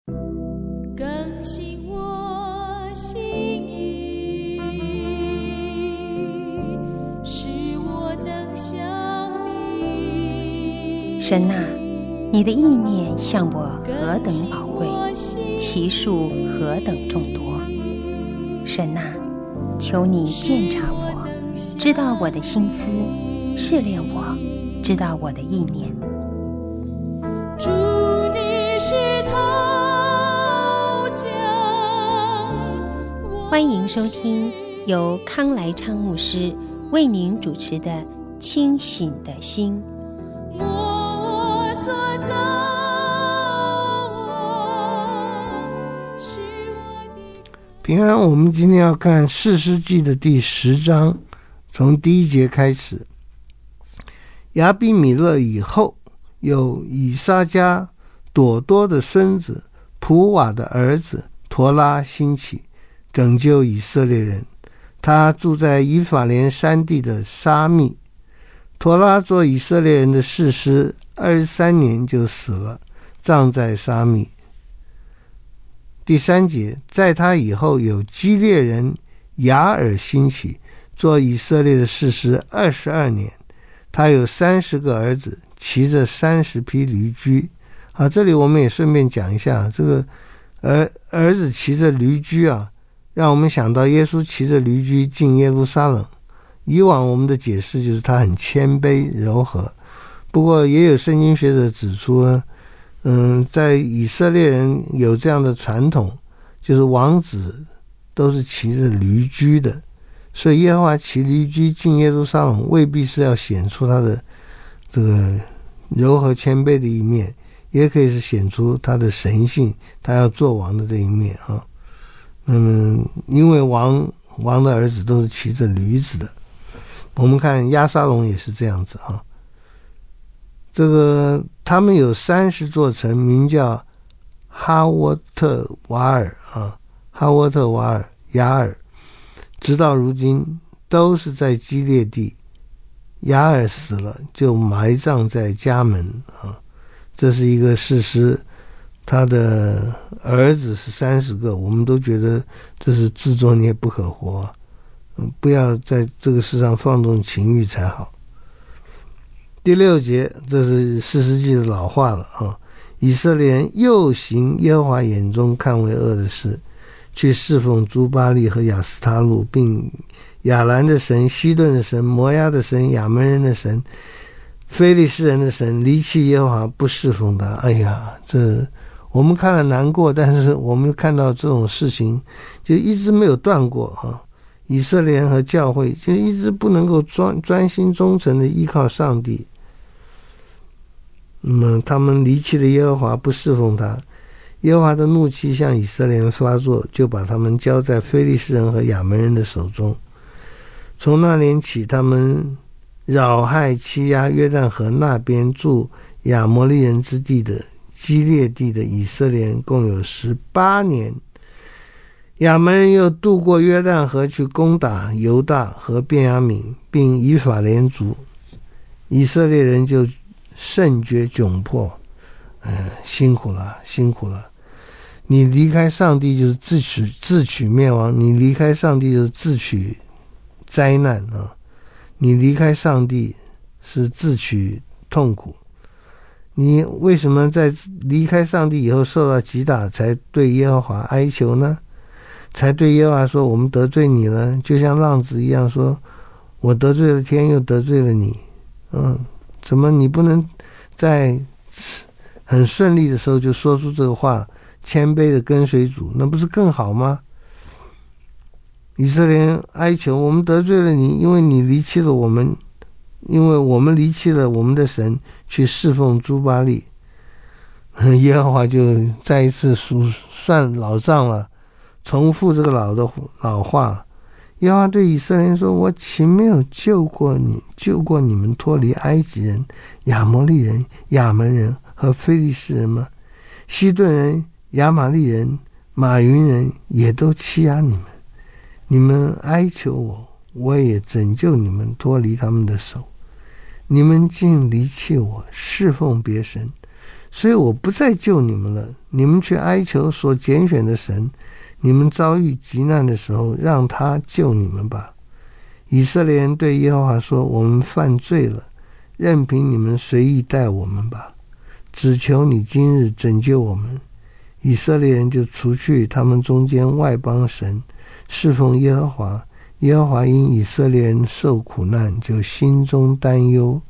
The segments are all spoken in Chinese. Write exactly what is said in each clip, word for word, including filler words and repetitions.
更新我心意，使我能像你。 神啊，你的意念向我何等宝贵，其数何等众多。神啊，求你鉴察我，知道我的心思，试炼我，知道我的意念。 主，你是陶匠。 欢迎收听由康来昌牧师为您主持的《清醒的心》。 我所造，是我的平安，我们今天要看士师记的第十章，从第一节开始。亚比米勒以后，有以撒迦朵多的孙子普瓦的儿子陀拉兴起，拯救以色列人。他住在以法莲山地的沙密。陀拉做以色列人的士师二十三年就死了，葬在沙密。第三节，在他以后有基列人雅尔兴起，做以色列的士师二十二年。他有三十个儿子，骑着三十匹驴驹。啊，这里我们也顺便讲一下，这个儿儿子骑着驴驹啊，让我们想到耶稣骑着驴驹进耶路撒冷。以往我们的解释就是他很谦卑柔和，不过也有圣经学者指出呢，嗯，在以色列人有这样的传统，就是王子都是骑着驴驹的，所以耶和华骑驴驹进耶路撒冷，未必是要显出他的这个柔和谦卑的一面，也可以是显出他的神性，他要做王的这一面啊。那么因为王王的儿子都是骑着驴子的，我们看押沙龙也是这样子啊。这个他们有三十座城，名叫哈沃特瓦尔啊，哈沃特瓦尔雅尔，直到如今都是在基列地。雅尔死了，就埋葬在家门啊。这是一个士师，他的儿子是三十个，我们都觉得这是自作孽不可活啊。不要在这个世上放纵情欲才好。第六节，这是士师记的老话了啊。以色列人又行耶和华眼中看为恶的事，去侍奉诸巴力和亚斯他路，并亚兰的神、西顿的神、摩押的神、亚门人的神、非利士人的神，离弃耶和华，不侍奉他。哎呀，这我们看了难过，但是我们看到这种事情就一直没有断过啊。以色列人和教会就一直不能够专专心忠诚的依靠上帝。那么他们离弃了耶和华，不侍奉他，耶和华的怒气向以色列人发作，就把他们交在非利士人和亚门人的手中。从那年起，他们扰害欺压约旦河那边住亚摩利人之地的基列地的以色列人共有十八年。亚门人又渡过约旦河去攻打犹大和便雅悯，并以法莲族，以色列人就甚觉窘迫。嗯，辛苦了，辛苦了。你离开上帝就是自取自取灭亡，你离开上帝就是自取灾难啊！你离开上帝是自取痛苦。你为什么在离开上帝以后受到击打，才对耶和华哀求呢？才对耶和华说，我们得罪你了，就像浪子一样说，我得罪了天，又得罪了你。嗯，怎么你不能在很顺利的时候就说出这个话，谦卑的跟随主，那不是更好吗？以色列人哀求，我们得罪了你，因为你离弃了我们，因为我们离弃了我们的神，去侍奉诸巴力。耶和华就再一次数算老账了，重复这个老的老话。耶和华对以色列人说，我岂没有救过你救过你们脱离埃及人、亚摩利人、亚门人和非利士人吗？西顿人、亚玛利人、马云人也都欺压你们，你们哀求我，我也拯救你们脱离他们的手。你们竟离弃我，侍奉别神， 所以我不再救你们了。你们去哀求所拣选的神，你们遭遇急难的时候，让他救你们吧。以色列人对耶和华说，我们犯罪了，任凭你们随意待我们吧，只求你今日拯救我们。以色列人就除去他们中间外邦神，侍奉耶和华。耶和华因以色列人受苦难，就心中担忧。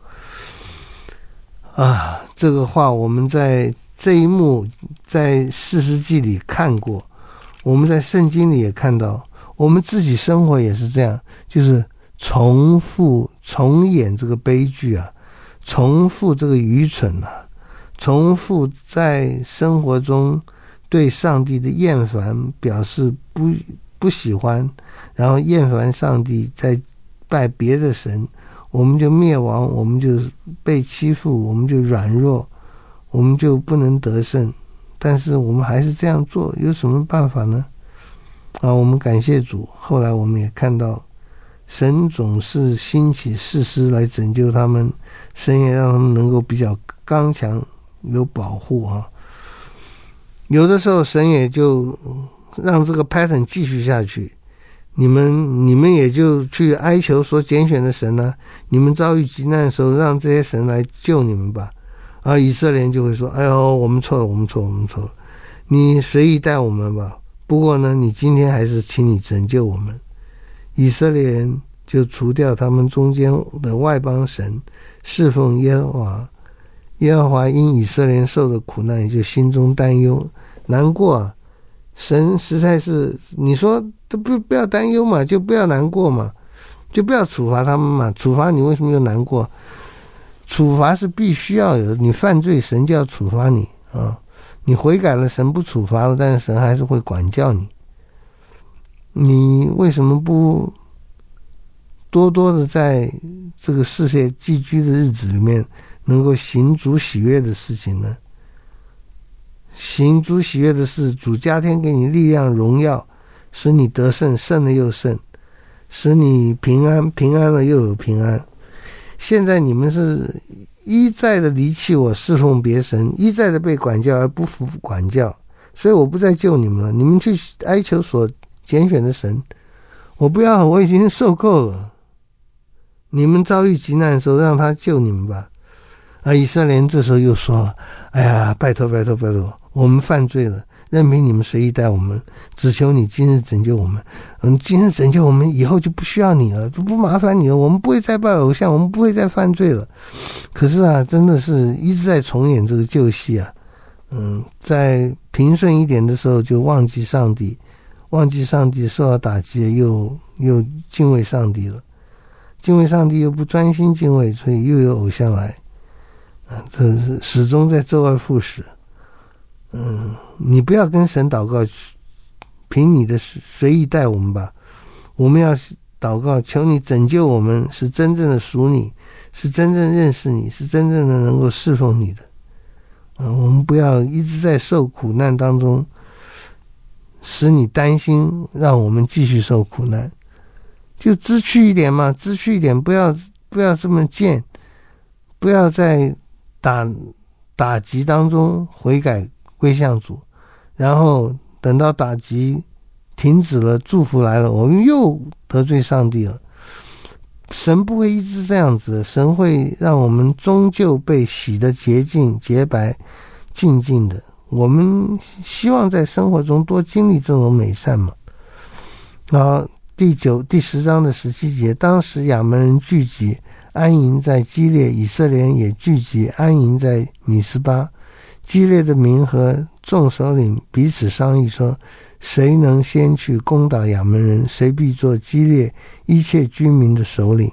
啊，这个话我们在这一幕在士师记里看过，我们在圣经里也看到，我们自己生活也是这样，就是重复重演这个悲剧啊，重复这个愚蠢啊，重复在生活中对上帝的厌烦，表示不不喜欢，然后厌烦上帝，在拜别的神，我们就灭亡，我们就被欺负，我们就软弱，我们就不能得胜。但是我们还是这样做，有什么办法呢？啊，我们感谢主，后来我们也看到神总是兴起士师来拯救他们，神也让他们能够比较刚强，有保护啊。有的时候神也就让这个 pattern 继续下去，你们你们也就去哀求所拣选的神呢、啊，你们遭遇急难的时候，让这些神来救你们吧。啊，以色列人就会说，哎呦，我们错了，我们错了，我们错了，你随意待我们吧。不过呢，你今天还是请你拯救我们。以色列人就除掉他们中间的外邦神，侍奉耶和华。耶和华因以色列人受的苦难，也就心中担忧难过啊。神实在是，你说都不不要担忧嘛，就不要难过嘛，就不要处罚他们嘛。处罚你为什么又难过？处罚是必须要有的，你犯罪神就要处罚你啊。你悔改了，神不处罚了，但是神还是会管教你。你为什么不多多的在这个世界寄居的日子里面，能够行主喜悦的事情呢？行主喜悦的事，主加添给你力量荣耀，使你得胜，胜了又胜，使你平安，平安了又有平安。现在你们是一再的离弃我，侍奉别神，一再的被管教而不服管教，所以我不再救你们了。你们去哀求所拣选的神，我不要，我已经受够了。你们遭遇急难的时候，让他救你们吧。啊，以色列人这时候又说了，哎呀，拜托拜托拜托，我们犯罪了，任凭你们随意待我们，只求你今日拯救我们。嗯，今日拯救我们，以后就不需要你了，就不麻烦你了，我们不会再拜偶像，我们不会再犯罪了。可是啊，真的是一直在重演这个旧戏啊。嗯，在平顺一点的时候就忘记上帝，忘记上帝受到打击，又又敬畏上帝了，敬畏上帝又不专心敬畏，所以又有偶像来。啊，这是始终在周而复始。嗯，你不要跟神祷告，凭你的随意待我们吧。我们要祷告，求你拯救我们，是真正的属你，是真正认识你，是真正的能够侍奉你的。嗯，我们不要一直在受苦难当中，使你担心，让我们继续受苦难。就知趣一点嘛，知趣一点，不要不要这么贱，不要在打打击当中悔改归向主，然后等到打击停止了，祝福来了，我们又得罪上帝了。神不会一直这样子的，神会让我们终究被洗得洁净洁白净净的。我们希望在生活中多经历这种美善嘛。然后第九第十章的十七节，当时亚扪人聚集安营在基列，以色列人也聚集安营在米斯巴。基列的民和众首领彼此商议说，谁能先去攻打亚扪人，谁必做基列一切居民的首领。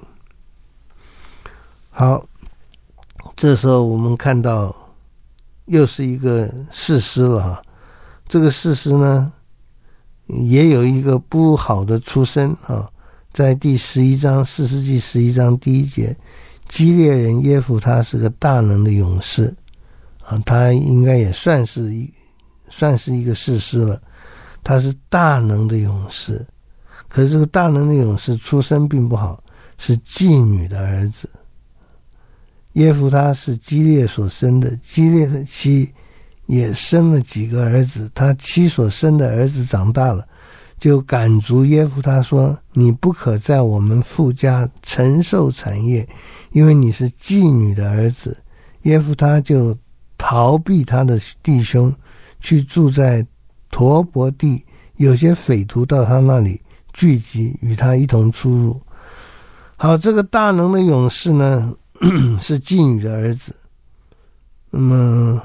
好，这时候我们看到又是一个士师了哈。这个士师呢也有一个不好的出身啊。在第十一章士师记十一章第一节，基列人耶弗他是个大能的勇士啊，他应该也算是一算是一个士师了。他是大能的勇士，可是这个大能的勇士出身并不好，是妓女的儿子。 耶弗他是基列所生的，基列的妻也生了几个儿子，他妻所生的儿子长大了，就赶逐耶弗他说，你不可在我们父家承受产业，因为你是妓女的儿子。耶弗他就逃避他的弟兄，去住在陀伯地，有些匪徒到他那里聚集，与他一同出入。好，这个大能的勇士呢，是妓女的儿子，那么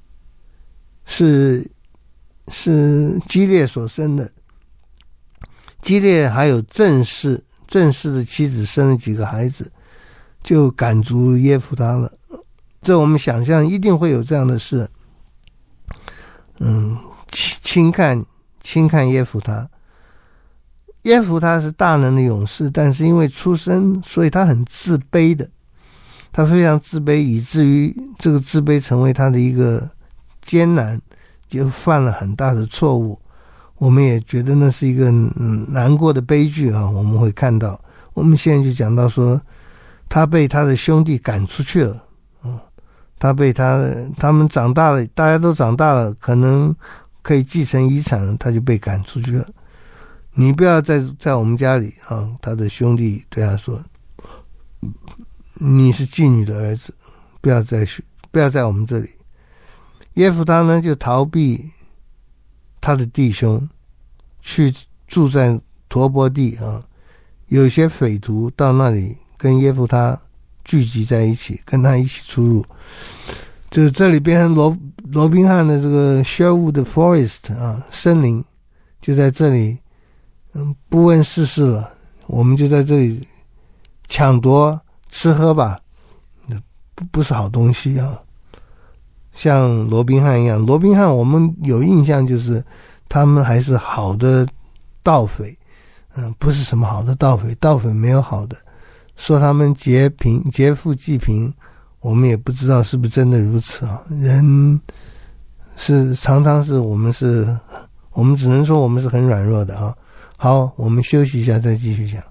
是是基列所生的。基列还有正室正室的妻子生了几个孩子，就赶逐耶弗他了。这我们想象一定会有这样的事，嗯，轻看轻看耶弗他。耶弗他是大能的勇士，但是因为出身，所以他很自卑的，他非常自卑，以至于这个自卑成为他的一个艰难，就犯了很大的错误。我们也觉得那是一个、嗯、难过的悲剧啊。我们会看到，我们现在就讲到说，他被他的兄弟赶出去了，嗯，他被他他们长大了，大家都长大了，可能可以继承遗产了，他就被赶出去了。你不要在在我们家里啊！他的兄弟对他说：“你是妓女的儿子，不要再不要在我们这里。”耶弗他呢就逃避他的弟兄，去住在陀伯地啊。有些匪徒到那里跟耶弗他聚集在一起，跟他一起出入。就是这里边罗罗宾汉的这个 Sherwood Forest 啊，森林就在这里。嗯，不问世事了，我们就在这里抢夺吃喝吧，不不是好东西啊。像罗宾汉一样，罗宾汉我们有印象就是他们还是好的盗匪，嗯，不是什么好的盗匪，盗匪没有好的。说他们劫贫劫富济贫，我们也不知道是不是真的如此啊。人是常常是我们是，我们只能说我们是很软弱的啊。好，我们休息一下再继续讲。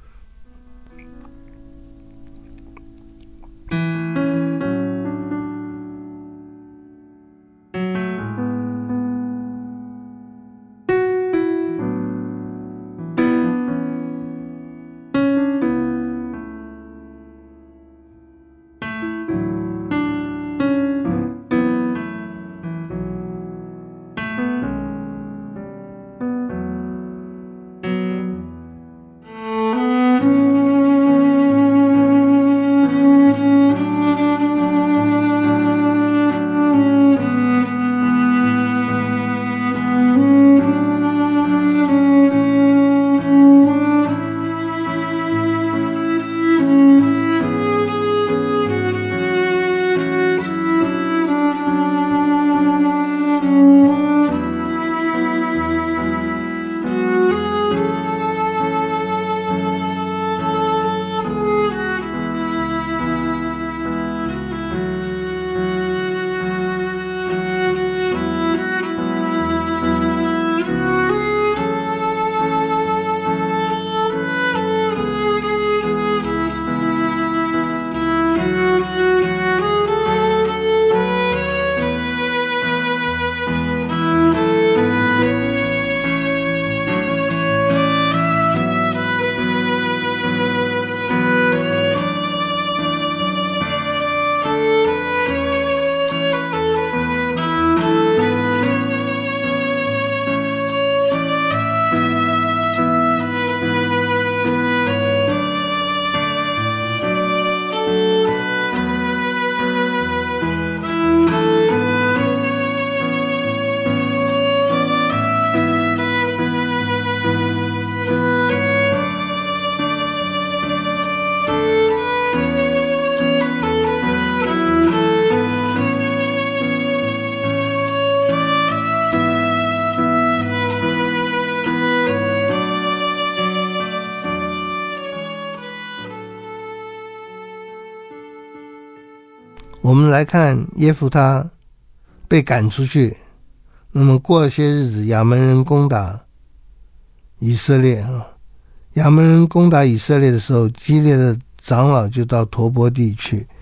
我们来看耶弗他被赶出去，那么过了些日子，亚扪人攻打以色列啊。亚扪人攻打以色列的时候，基列的长老就到陀伯地去，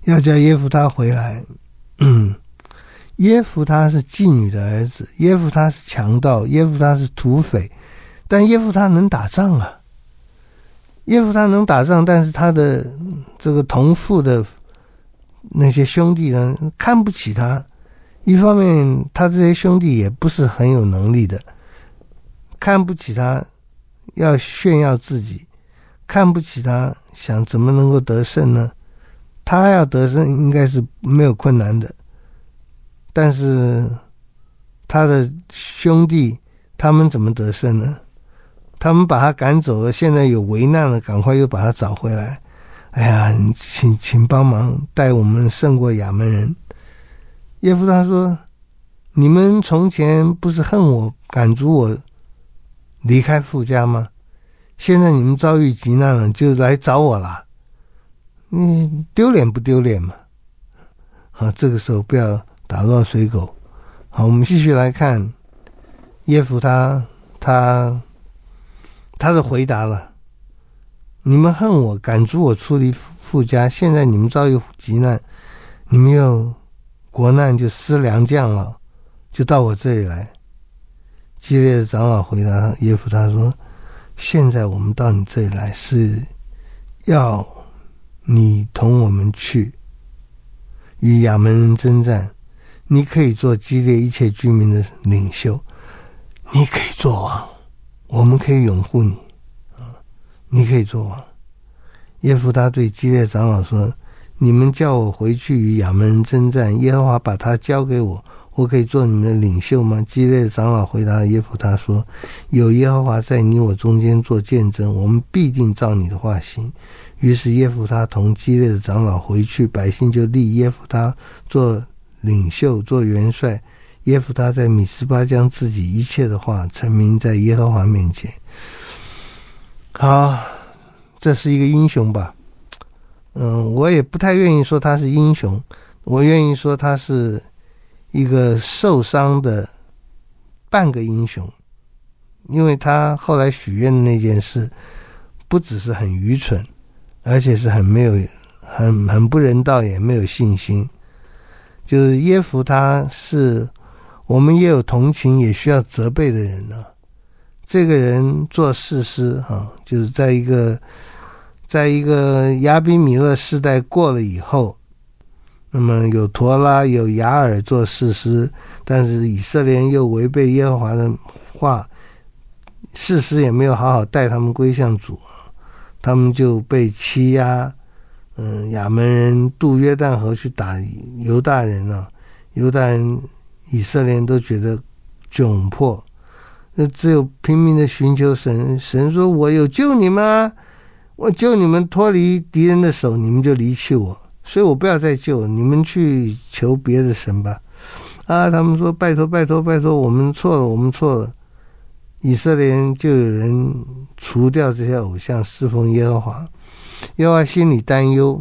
要叫耶弗他回来。嗯，耶弗他是妓女的儿子，耶弗他是强盗，耶弗他是土匪，但耶弗他能打仗啊。耶弗他能打仗，但是他的这个同父的那些兄弟呢，看不起他。一方面他这些兄弟也不是很有能力的，看不起他，要炫耀自己，看不起他，想怎么能够得胜呢？他要得胜应该是没有困难的，但是他的兄弟他们怎么得胜呢？他们把他赶走了，现在有危难了，赶快又把他找回来。哎呀，你请请帮忙带我们胜过亚扪人。耶弗他说，你们从前不是恨我，赶逐我离开父家吗？现在你们遭遇急难了，就来找我啦。你丢脸不丢脸嘛？好，这个时候不要打落水狗。好，我们继续来看耶弗他他他的回答了。你们恨我，赶逐我出离父家，现在你们遭遇急难，你们有国难就施良将了，就到我这里来。基列的长老回答耶弗他说，现在我们到你这里来是要你同我们去与亚扪人征战，你可以做基列一切居民的领袖，你可以做王，我们可以拥护你，你可以做王。耶弗他对基列长老说，你们叫我回去与亚扪人征战，耶和华把他交给我，我可以做你们的领袖吗？基列长老回答耶弗他说，有耶和华在你我中间做见证，我们必定照你的话行。于是耶弗他同基列的长老回去，百姓就立耶弗他做领袖，做元帅。耶弗他在米斯巴将自己一切的话陈明在耶和华面前。好，这是一个英雄吧。嗯，我也不太愿意说他是英雄，我愿意说他是一个受伤的半个英雄，因为他后来许愿的那件事不只是很愚蠢，而且是很没有很很不人道，也没有信心。就是耶弗他是我们也有同情也需要责备的人呢、啊。这个人做士师啊，就是在一个在一个亚比米勒世代过了以后，那么有陀拉有雅尔做士师，但是以色列人又违背耶和华的话，士师也没有好好带他们归向主，他们就被欺压。嗯，亚扪人渡约旦河去打犹大人啊，犹大人以色列人都觉得窘迫，那只有拼命的寻求神。神说，我有救你们啊，我救你们脱离敌人的手，你们就离弃我，所以我不要再救，你们去求别的神吧。啊，他们说拜托拜托拜托，我们错了我们错了。以色列人就有人除掉这些偶像，侍奉耶和华。耶和华心里担忧，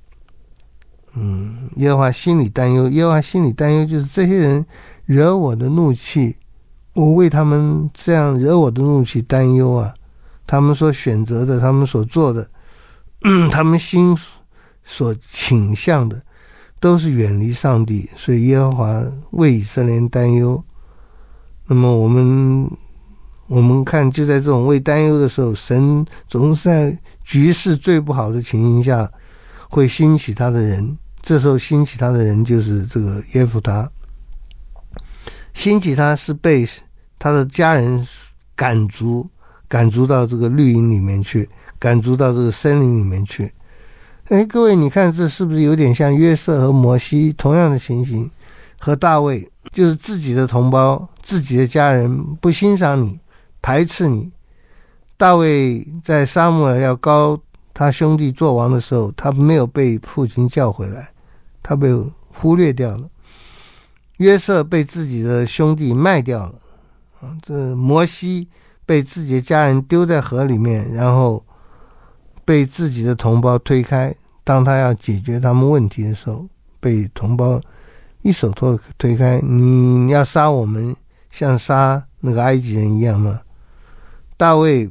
嗯，耶和华心里担忧，耶和华心里担忧，就是这些人惹我的怒气，我为他们这样惹我的怒气担忧啊。他们所选择的，他们所做的，嗯、他们心所倾向的，都是远离上帝，所以耶和华为以色列人担忧。那么我们我们看，就在这种为担忧的时候，神总是在局势最不好的情形下会兴起他的人，这时候兴起他的人就是这个耶弗他。兴起他是被他的家人赶逐赶逐到这个绿营里面去，赶逐到这个森林里面去。哎，各位你看这是不是有点像约瑟和摩西同样的情形，和大卫，就是自己的同胞自己的家人不欣赏你，排斥你。大卫在撒母耳要膏他兄弟做王的时候，他没有被父亲叫回来，他被忽略掉了。约瑟被自己的兄弟卖掉了，这摩西被自己的家人丢在河里面，然后被自己的同胞推开，当他要解决他们问题的时候，被同胞一手托推开。你要杀我们像杀那个埃及人一样吗？大卫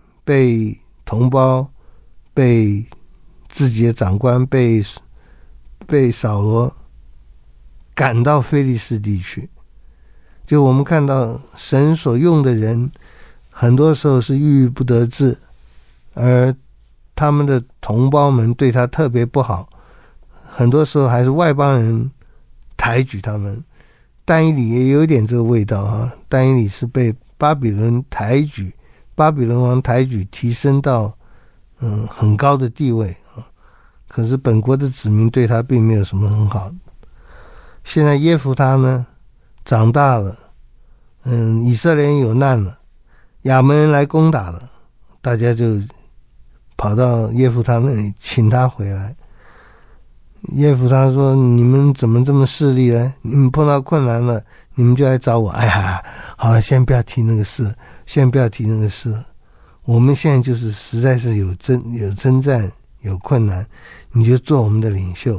被同胞被自己的长官被被扫罗赶到非利士地去。就我们看到神所用的人很多时候是郁郁不得志，而他们的同胞们对他特别不好，很多时候还是外邦人抬举他们。但以理也有一点这个味道哈，但以理是被巴比伦抬举，巴比伦王抬举提升到嗯很高的地位啊，可是本国的子民对他并没有什么很好。现在耶弗他呢长大了，嗯，以色列人有难了，亚扪人来攻打了，大家就跑到耶弗他那里请他回来。耶弗他说：“你们怎么这么势利呢？你们碰到困难了，你们就来找我。哎呀，好了，先不要提那个事，先不要提那个事。我们现在就是实在是有征有征战有困难，你就做我们的领袖。”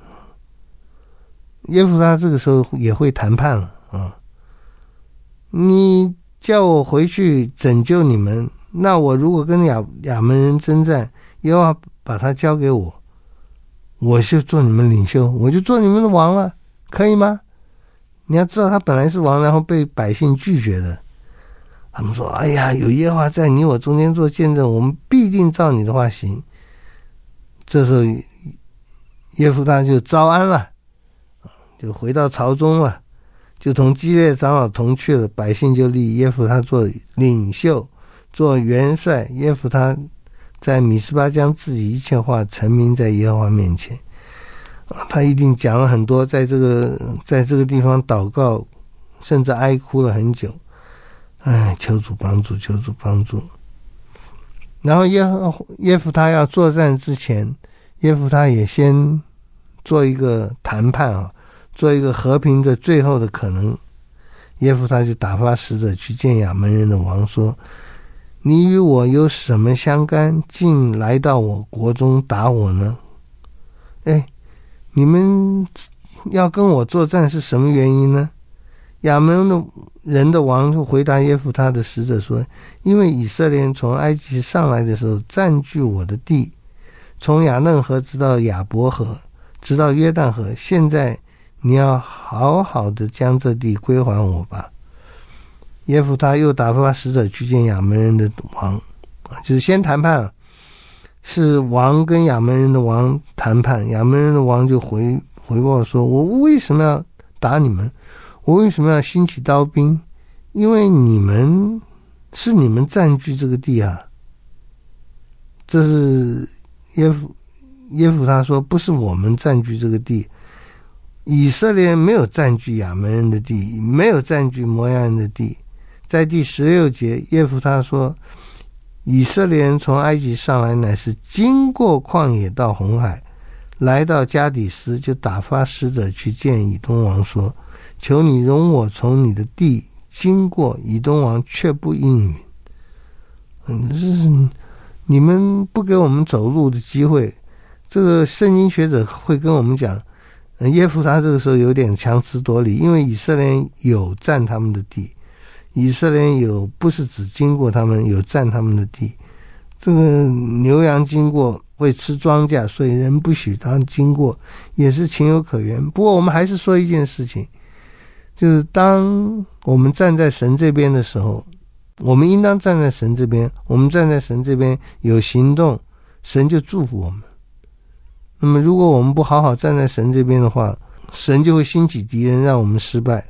耶弗他这个时候也会谈判了啊！你叫我回去拯救你们，那我如果跟亚亚扪人征战，耶和华把他交给我，我就做你们领袖，我就做你们的王了，可以吗？你要知道他本来是王，然后被百姓拒绝的。他们说：“哎呀，有耶和华在你我中间做见证，我们必定照你的话行。”这时候耶弗他就招安了，就回到朝中了，就同基列长老同去了。百姓就立耶弗他做领袖，做元帅。耶弗他在米斯巴将自己一切话陈明在耶和华面前，他一定讲了很多，在这个在这个地方祷告，甚至哀哭了很久。哎，求主帮助，求主帮助。然后耶耶弗他要作战之前，耶弗他也先做一个谈判啊，做一个和平的最后的可能。耶弗他就打发使者去见亚扪人的王，说：“你与我有什么相干，竟来到我国中打我呢？哎，你们要跟我作战是什么原因呢？”亚扪的人的王就回答耶弗他的使者说：“因为以色列人从埃及上来的时候占据我的地，从亚嫩河直到亚伯河，直到约旦河，现在你要好好的将这地归还我吧。”耶弗他又打发使者去见亚扪人的王，就是先谈判，是王跟亚扪人的王谈判。亚扪人的王就回回报说：“我为什么要打你们？我为什么要兴起刀兵？因为你们是你们占据这个地啊。”这是耶弗耶弗他说：“不是我们占据这个地，以色列没有占据亚扪人的地，没有占据摩押人的地。”在第十六节，耶弗他说：“以色列人从埃及上来，乃是经过旷野到红海，来到加底斯，就打发使者去见以东王，说：求你容我从你的地经过。以东王却不应允。”嗯，这是你们不给我们走路的机会。这个圣经学者会跟我们讲，耶弗他这个时候有点强词夺理，因为以色列人有占他们的地，以色列人有不是只经过他们，有占他们的地。这个牛羊经过会吃庄稼，所以人不许他经过，也是情有可原。不过我们还是说一件事情，就是当我们站在神这边的时候，我们应当站在神这边。我们站在神这边有行动，神就祝福我们。那么如果我们不好好站在神这边的话，神就会兴起敌人让我们失败。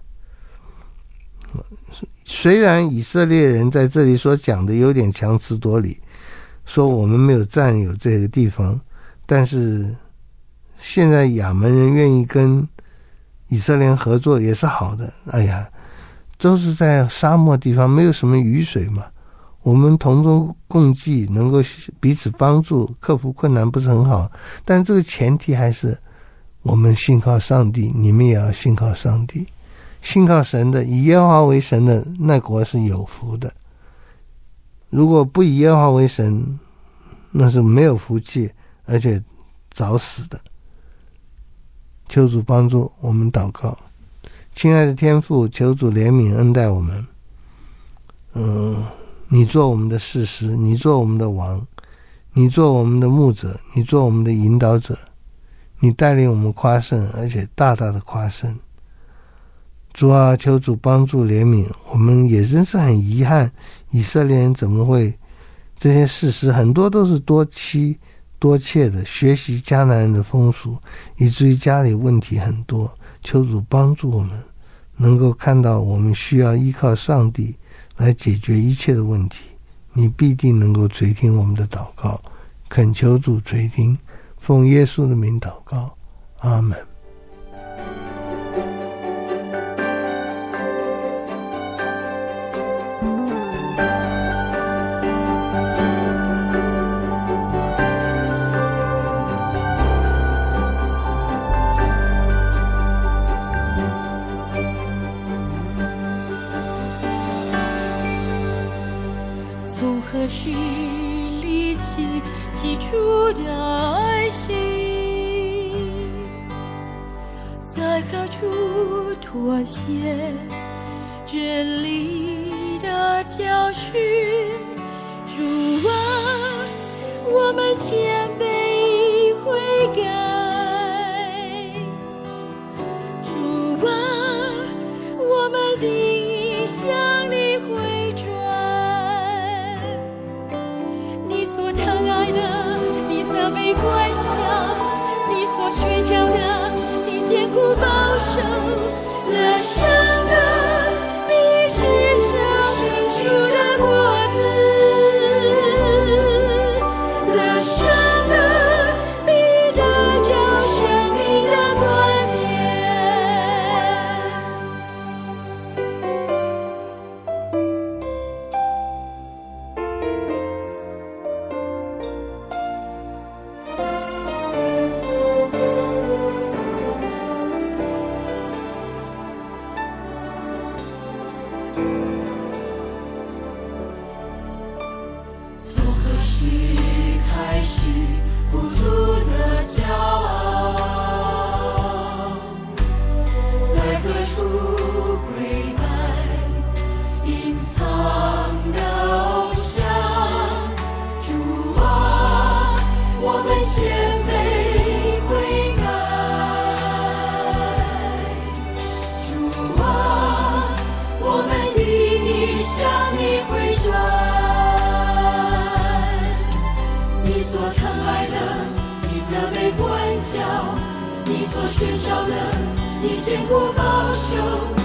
虽然以色列人在这里所讲的有点强词夺理，说我们没有占有这个地方，但是现在亚扪人愿意跟以色列人合作也是好的。哎呀，都是在沙漠地方，没有什么雨水嘛，我们同舟共济，能够彼此帮助，克服困难不是很好？但这个前提还是我们信靠上帝，你们也要信靠上帝。信靠神的，以耶和华为神的，那国是有福的。如果不以耶和华为神，那是没有福气，而且早死的。求主帮助我们祷告。亲爱的天父，求主怜悯恩待我们。嗯，你做我们的士师，你做我们的王，你做我们的牧者，你做我们的引导者， 你带领我们夸胜，而且大大的夸胜。主啊，求主帮助怜悯，我们也真是很遗憾，以色列人怎么会这些事实很多都是多妻多妾的，学习迦南人的风俗，以至于家里问题很多。求主帮助我们能够看到我们需要依靠上帝来解决一切的问题，你必定能够垂听我们的祷告，恳求主垂听，奉耶稣的名祷告，阿们。 从何时立起起初的爱心，在何处妥协真理的教训？主啊，我们谦卑悔改，主啊，我们定向你回转。你所疼爱的，你责备乖巧；你所寻找的，你坚固保守。得胜的必吃生命树的果子，得胜的必得着生命的冠冕。从何时开始富足的骄傲？在何处跪拜隐藏的偶像？主啊，我们谦卑悔改。主啊，我们替你向你回转。你所疼爱的，你责备管教；你所寻找的，你坚固保守。